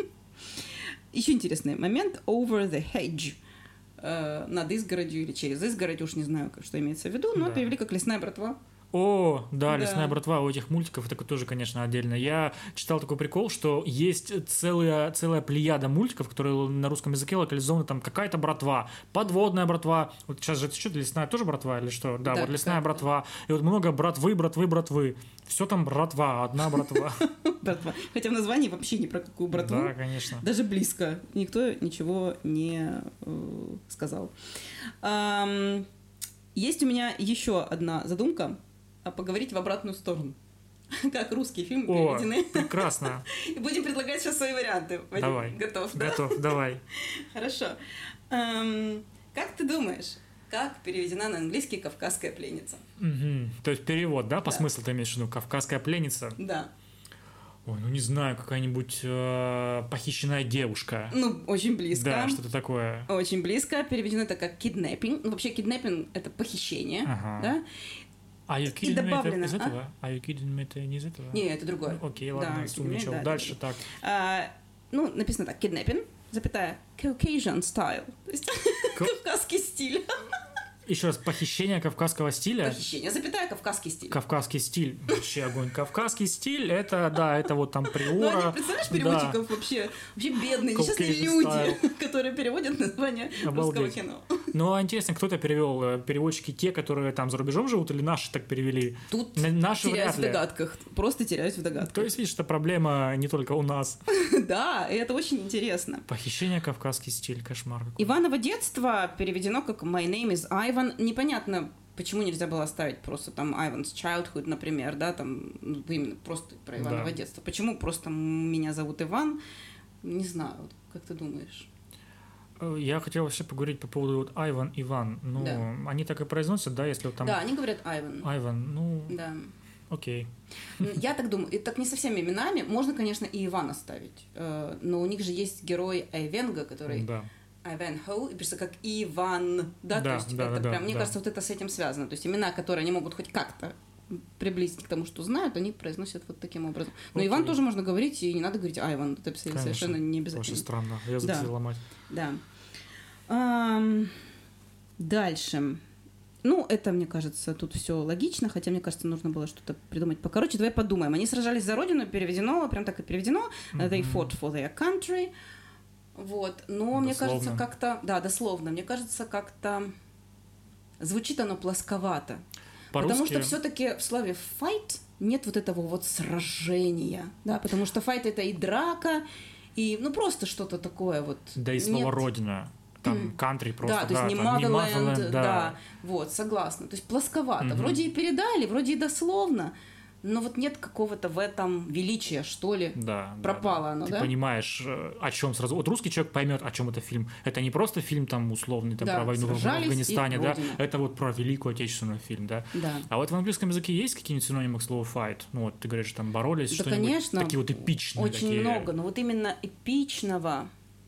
Еще интересный момент. Over the hedge. Э, над изгородью или через изгородь, уж не знаю, как- что имеется в виду, но Да. перевели как лесная братва. О, да, Да. «Лесная братва» у этих мультиков, это тоже, конечно, отдельно. Я читал такой прикол, что есть целая, целая плеяда мультиков, которые на русском языке локализованы, там какая-то братва, подводная братва. Вот сейчас же это что, лесная тоже братва или что? Да, Да, вот лесная какая-то. братва. И вот много братвы, братвы, братвы. Все там братва, одна братва. Братва. Хотя в названии вообще ни про какую братву. Да, конечно. Даже близко. Никто ничего не э, сказал. Ам, есть у меня еще одна задумка. А поговорить в обратную сторону. Как русские фильмы О, переведены. прекрасно. И будем предлагать сейчас свои варианты. Вадим, Давай. Готов, да? Готов, давай. Хорошо. Ам, как ты думаешь, как переведена на английский «Кавказская пленница»? Мгм. То есть перевод, да, по Да. смыслу ты имеешь в виду? «Кавказская пленница». Да. Ой, ну не знаю, какая-нибудь э, похищенная девушка. Ну, очень близко. Да, что-то такое. Очень близко. Переведено это как киднеппинг. Ну, вообще, киднеппинг — это похищение. Ага. Да? А you И kidding me, это добавлено, из а? этого? А you kidding me, это не из этого? Не, это другое. Ну, окей, Да, ладно, kidding me, сумничал. да, Дальше да. так. А, ну, написано так. Kidnapping, запятая, Caucasian style. То есть Ка- кавказский стиль. Еще раз, похищение кавказского стиля. Похищение, запятая, кавказский стиль. Кавказский стиль. Вообще огонь. Кавказский стиль, это, да, это вот там Ну, приора. они, представляешь, Да. переводчиков вообще, вообще бедные, несчастные Caucasian люди, style. которые переводят название русского Обалдеть. кино. Ну, а интересно, кто это перевел? Э, Переводчики те, которые там за рубежом живут, или наши так перевели? Тут На- наши теряюсь вряд в ли. догадках. Просто теряюсь в догадках. То есть, видишь, это проблема не только у нас. Да, и это очень интересно. Похищение, кавказский стиль, кошмар какой. Иваново детство переведено как «My name is Ivan». Непонятно, почему нельзя было оставить просто там «Ivan's childhood», например, да, там ну, именно просто про Иваново Да. детство. Почему просто «Меня зовут Иван»? Не знаю, вот как ты думаешь? Э, Я хотел вообще поговорить по поводу вот Айван, Иван. Ну, Да. они так и произносят, да, если вот там... Да, они говорят «Айван». Айван, ну, Да. окей. Я так думаю, и так не со всеми именами. Можно, конечно, и Иван оставить. э, Но у них же есть герой Айвенго, который Да. Айвенхо, и пишется как Иван. Да, Да, то есть да, это да, прям, мне да. кажется, вот это с этим связано. То есть имена, которые они могут хоть как-то приблизить к тому, что знают, они произносят вот таким образом. Но Окей. Иван тоже можно говорить, и не надо говорить Айван. Это Конечно. совершенно не Очень обязательно. странно. Язык Да. себе ломать. Да. Ам, Дальше. Ну, это, мне кажется, тут все логично, хотя, мне кажется, нужно было что-то придумать покороче. Давай подумаем. Они сражались за родину, переведено, прям так и переведено. They fought for their country. Вот. Но, мне Дословно. кажется, как-то... Да, дословно. Мне кажется, как-то звучит оно плосковато. Потому По-русски... что все-таки в слове fight нет вот этого вот сражения. Да, потому что fight — это и драка, и ну просто что-то такое вот. Да и слово Нет- «родина». Там country просто, да, то есть не там motherland, motherland, да. Вот, согласна. То есть плосковато. Мгм. Вроде и передали, вроде и дословно, но вот нет какого-то в этом величия, что ли. Да, да, Пропало да. оно, Ты да? понимаешь, э, о чем сразу. Вот русский человек поймет, о чем это фильм. Это не просто фильм там условный там, Да, про войну в сражались Афганистане, и да. Родина. Это вот про Великую Отечественную фильм, да. Да. А вот в английском языке есть какие-нибудь синонимы к слову fight? Ну вот ты говоришь, там боролись, Да, что-нибудь. конечно. Такие вот эпичные. Очень такие, много, но вот именно эпичного.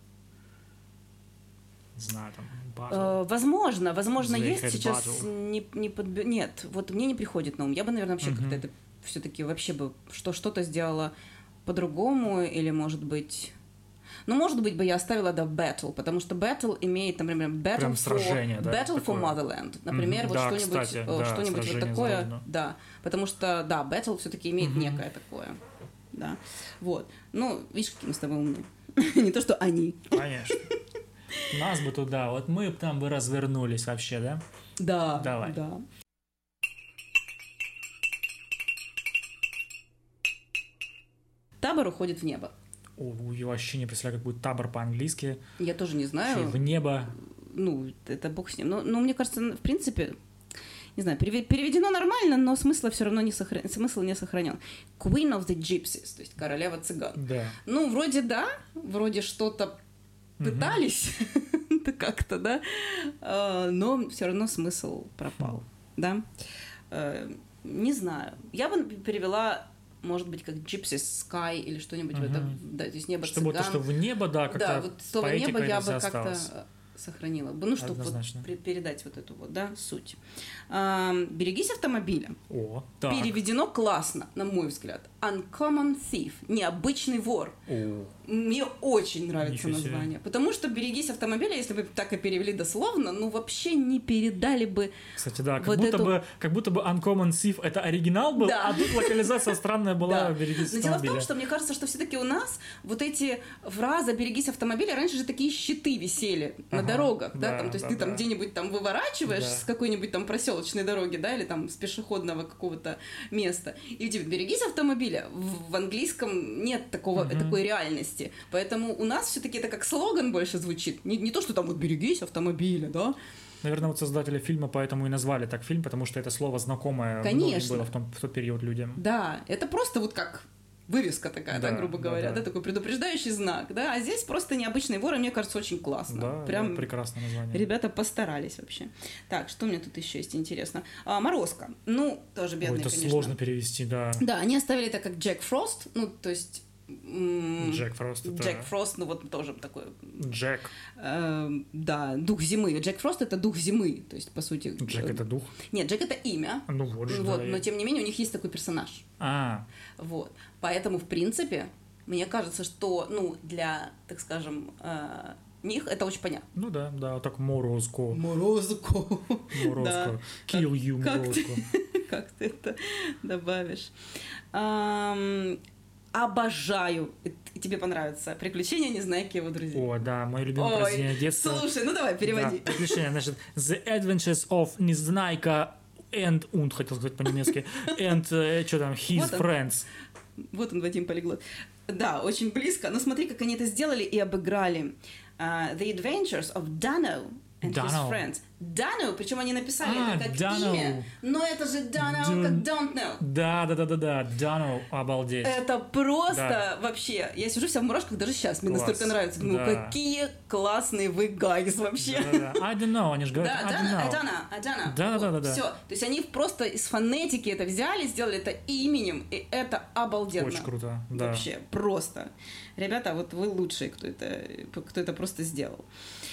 Не знаю, там, battle. Э, возможно, возможно, They есть had сейчас battle. не, не подб- нет, вот мне не приходит на ум. Я бы, наверное, вообще Мгм. как-то это все-таки вообще бы что что-то сделала по-другому или, может быть, ну, может быть, бы я оставила до battle, потому что battle имеет, например, battle Прям for сражение, да, battle for такое. motherland, например, Мгм, вот да, что-нибудь, кстати, э, да, что-нибудь вот сражение за такое, родину. да, потому что да, battle все-таки имеет Мгм. некое такое, да, вот. Ну, видишь, какие мы с тобой умные. Не то, что они. Конечно. Нас бы туда, вот мы б там бы развернулись вообще, да? Да. Давай. Да. табор уходит в небо. О, я вообще не представляю, как будет табор по-английски. Я тоже не знаю. В небо. Ну, это бог с ним. Но, но мне кажется, в принципе, не знаю, переведено нормально, но смысла все равно не сохранен, смысл не сохранен. Queen of the Gypsies, то есть королева цыган. Да. Ну, вроде да, вроде что-то пытались угу. как-то, да, но все равно смысл пропал, да. Не знаю. Я бы перевела, может быть, как Gypsies Sky или что-нибудь угу. в этом, да, то есть небо чтобы цыган. Чтобы то, что в небо, да, как-то да, вот слово небо я бы как-то осталось. Сохранила бы, ну, чтобы вот передать вот эту вот, да, суть. А, «Берегись автомобиля». О, так. Переведено классно, на мой взгляд. Uncommon Thief, необычный вор. О. Мне очень нравится Ничего себе. название, потому что «Берегись автомобиля», если бы так и перевели дословно, ну, вообще не передали бы. Кстати, да, как, вот будто, эту... бы, как будто бы Uncommon Thief — это оригинал был, да. а тут локализация странная была да. «Берегись автомобиля». Но дело в том, что мне кажется, что все-таки у нас вот эти фразы «Берегись автомобиля» раньше же такие щиты висели ага. на дорогах, да, да, там, то есть да, ты да. там где-нибудь там выворачиваешь да. с какой-нибудь там проселочной дороги, да, или там с пешеходного какого-то места, и типа «Берегись автомобиля», в, в английском нет такого, uh-huh. такой реальности, поэтому у нас все-таки это как слоган больше звучит, не, не то, что там вот «Берегись автомобиля», да. Наверное, вот создатели фильма поэтому и назвали так фильм, потому что это слово знакомое Конечно. было в, том, в тот период людям. Да, это просто вот как... вывеска такая, да, да грубо да, говоря, да. да, такой предупреждающий знак, да, а здесь просто необычный вор, и мне кажется, очень классно. Да, прям да, прекрасное название. Ребята постарались вообще. Так, что у меня тут еще есть интересно? А, «Морозко». Ну, тоже бедный, Ой, это конечно. сложно перевести, да. Да, они оставили это как Джек Фрост, ну, то есть... Джек Фрост. Это... Джек Фрост, ну вот тоже такой... Джек. Э, да, дух зимы. Джек Фрост — это дух зимы, то есть, по сути... Джек — это дух? Нет, Джек — это имя. Ну вот же, вот, да, но, я... тем не менее, у них есть такой персонаж. А. Вот. Поэтому, в принципе, мне кажется, что, ну, для, так скажем, э, них это очень понятно. Ну да, да, вот так «Морозко». «Морозко». «Морозко». «Kill you, Морозко». Как ты это добавишь? Обожаю, и тебе понравится «Приключения Незнайки и его друзей». О, да, мое любимое произведение детства. Слушай, ну давай, переводи. Да, «Приключения», значит, «The Adventures of Незнайка and», und, хотел сказать по-немецки, and, э, что там, his вот friends. Вот он, Вадим Полиглот. Да, очень близко, но смотри, как они это сделали и обыграли. Uh, The Adventures of Dano and Dano. his friends. Dano, причем они написали а, это как Dano. имя, но это же Dano, Dun... как don't know. Да, да, да, да, да, Dano, обалдеть. Это просто да. вообще. Я сижу вся в мурашках даже сейчас, мне Класс. настолько нравится. Думаю, да. какие классные вы гайс вообще. Да, да, да. I don't know, они же говорят да, I don't know. Dana, Dana, Да, вот, да, да, да. Все. То есть они просто из фонетики это взяли, сделали это именем, и это обалденно. Очень круто, да. Вообще, просто. Ребята, вот вы лучшие, кто это, кто это просто сделал.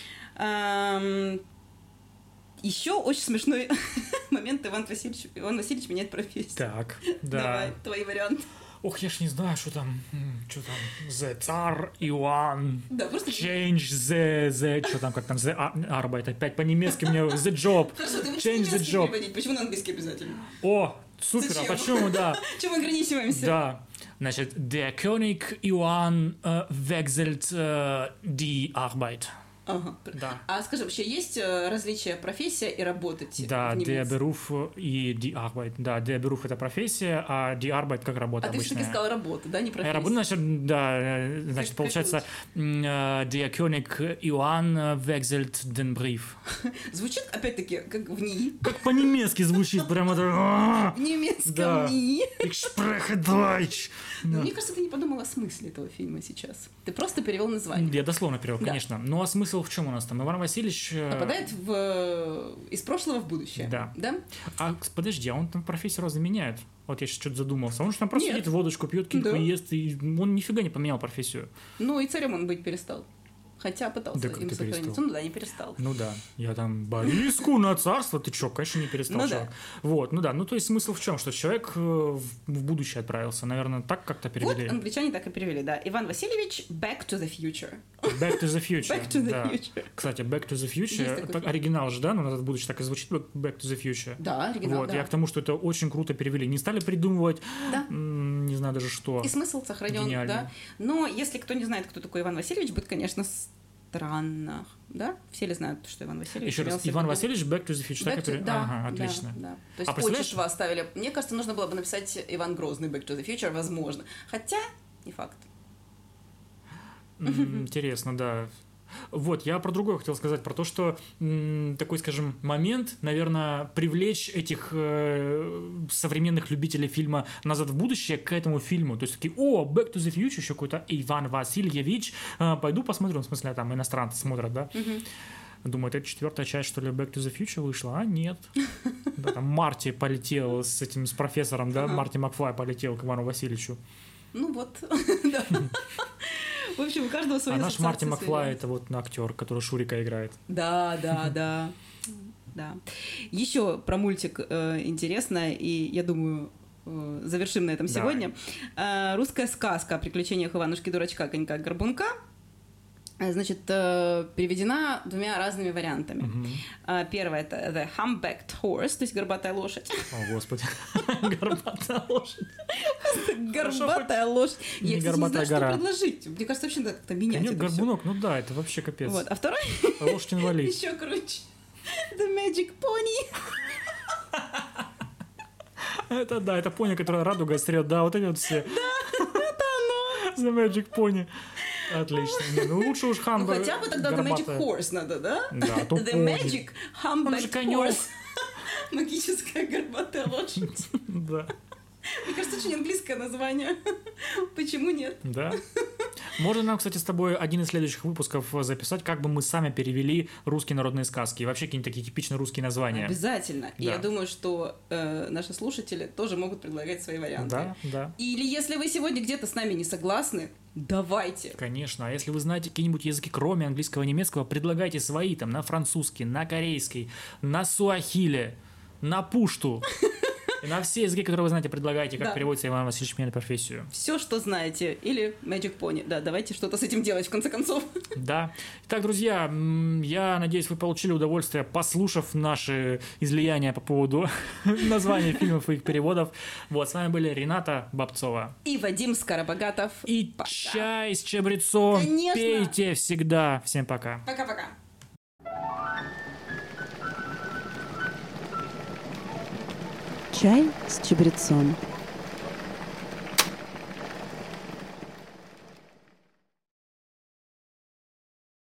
Um, еще очень смешной момент. Иван Васильевич, Иван Васильевич меняет профессию. Так, да. Давай, твои варианты. Ох, я ж не знаю, что там, что там, the Tsar Иван, да, просто... change the, the, что там, как там, the Arbeit, опять по-немецки мне, the job, хорошо, ты change the job. Переводить? Почему на английский обязательно? О, супер, Зачем? а почему, да. Чем мы ограничиваемся? Да, значит, der König Иван äh, wechselt äh, die Arbeit. Ага. Да. А скажи, вообще есть различия профессия и работать? Да, der Beruf и die Arbeit. Да, der Beruf — это профессия, а die Arbeit — как работа а обычная. А ты все-таки сказал работа, да, не профессия? Работа, значит, да, значит, как, получается, как der König Иван wechselt den Brief. Звучит, опять-таки, как в НИИ. Как по-немецки звучит, прямо так. В немецком НИИ. Ich spreche Deutsch. Мне кажется, ты не подумал о смысле этого фильма сейчас. Ты просто перевел название. Я дословно перевел, конечно. Ну, а смысл в чем у нас там? Иван Васильевич... Попадает в... из прошлого в будущее. Да. Да? А подожди, а он там профессию разве меняет? Вот я сейчас что-то задумался. Он же там просто Нет. сидит, водочку пьет, кильку да. ест, и он нифига не поменял профессию. Ну, и царем он быть перестал. Хотя пытался да, им сохраниться. Ну да, не перестал. Ну да. Я там Бориску на царство. Ты чё, конечно, не перестал. Ну чувак. да. Вот, ну да. Ну то есть смысл в чем? Что человек в будущее отправился. Наверное, так как-то перевели. Вот англичане так и перевели, да. Иван Васильевич Back to the Future. Back to the Future. Back to the да. Future. Кстати, Back to the Future. Так, оригинал же, да? Ну, назад в будущее так и звучит. Back to the Future. Да, оригинал, Вот, да. я к тому, что это очень круто перевели. Не стали придумывать, да. м- не знаю даже что. И смысл сохранен, Гениально. да. Но если кто не знает, кто такой Иван Васильевич, будет, конечно, странно, да? Все ли знают, что Иван Васильевич? Еще раз, Иван Васильевич, Back to the Future. Back так to... это... Да, ага, отлично. Да, да. То есть а отчество оставили. Мне кажется, нужно было бы написать Иван Грозный Back to the Future, возможно. Хотя, не факт. Интересно, да. Вот, я про другое хотел сказать, про то, что м, такой, скажем, момент, наверное, привлечь этих э, современных любителей фильма «Назад в будущее» к этому фильму. То есть такие, о, Back to the Future, еще какой-то Иван Васильевич, э, пойду посмотрю, в смысле, там иностранцы смотрят, да? Угу. Думаю, это четвертая часть, что ли, Back to the Future вышла? А, нет. Да, там Марти полетел с этим, с профессором, да, Марти Макфлай полетел к Ивану Васильевичу. Ну вот, да. В общем, у каждого свои А наш Марти ассоциации Макфлай свои. — это вот актер, который Шурика играет. Да, да, да. Да. Еще про мультик э, интересно, и я думаю, э, завершим на этом Давай. сегодня. Э, русская сказка о приключениях Иванушки-дурачка, конька-горбунка. Значит, э, переведена двумя разными вариантами. Угу. Э, первое — это The Humpbacked Horse, то есть горбатая лошадь. О, господи. Горбатая лошадь. Горбатая лошадь. не Я, кстати, не горбатая знаю, гора. что предложить. Мне кажется, вообще надо как-то менять Конек, это всё. горбунок, ну да, это вообще капец. Вот. А второй Лошадь-инвалид. еще круче. The Magic Pony. Это да, это пони, которая радуга стрет, да, вот эти вот все. Да, это оно. The Magic Pony. Отлично. Не, ну лучше уж Ну, Хамбер. хотя бы тогда The Magic Horse надо, да? Да, а то The пони. Magic Он же Humpbacked конёк. Horse. Магическая горбатая лошадь. Да. Мне кажется, очень английское название. Почему нет? Да. Можно нам, кстати, с тобой один из следующих выпусков записать, как бы мы сами перевели русские народные сказки и вообще какие-нибудь такие типичные русские названия. Обязательно. И Да. я думаю, что э, наши слушатели тоже могут предлагать свои варианты. Да, да. Или если вы сегодня где-то с нами не согласны, давайте. Конечно. А если вы знаете какие-нибудь языки, кроме английского и немецкого, предлагайте свои там на французский, на корейский, на суахиле, на пушту. И на все языки, которые вы знаете, предлагайте, как Да. переводится Иван Васильевич меняет профессию. Все, что знаете. Или Magic Pony. Да, давайте что-то с этим делать, в конце концов. Да. Итак, друзья, м, я надеюсь, вы получили удовольствие, послушав наши излияния по поводу названий фильмов и их переводов. Вот, с вами были Рената Бобцова. И Вадим Скоробогатов. И Пока. чай с чабрецом. Конечно. Пейте всегда. Всем пока. Пока-пока. Чай с чабрецом.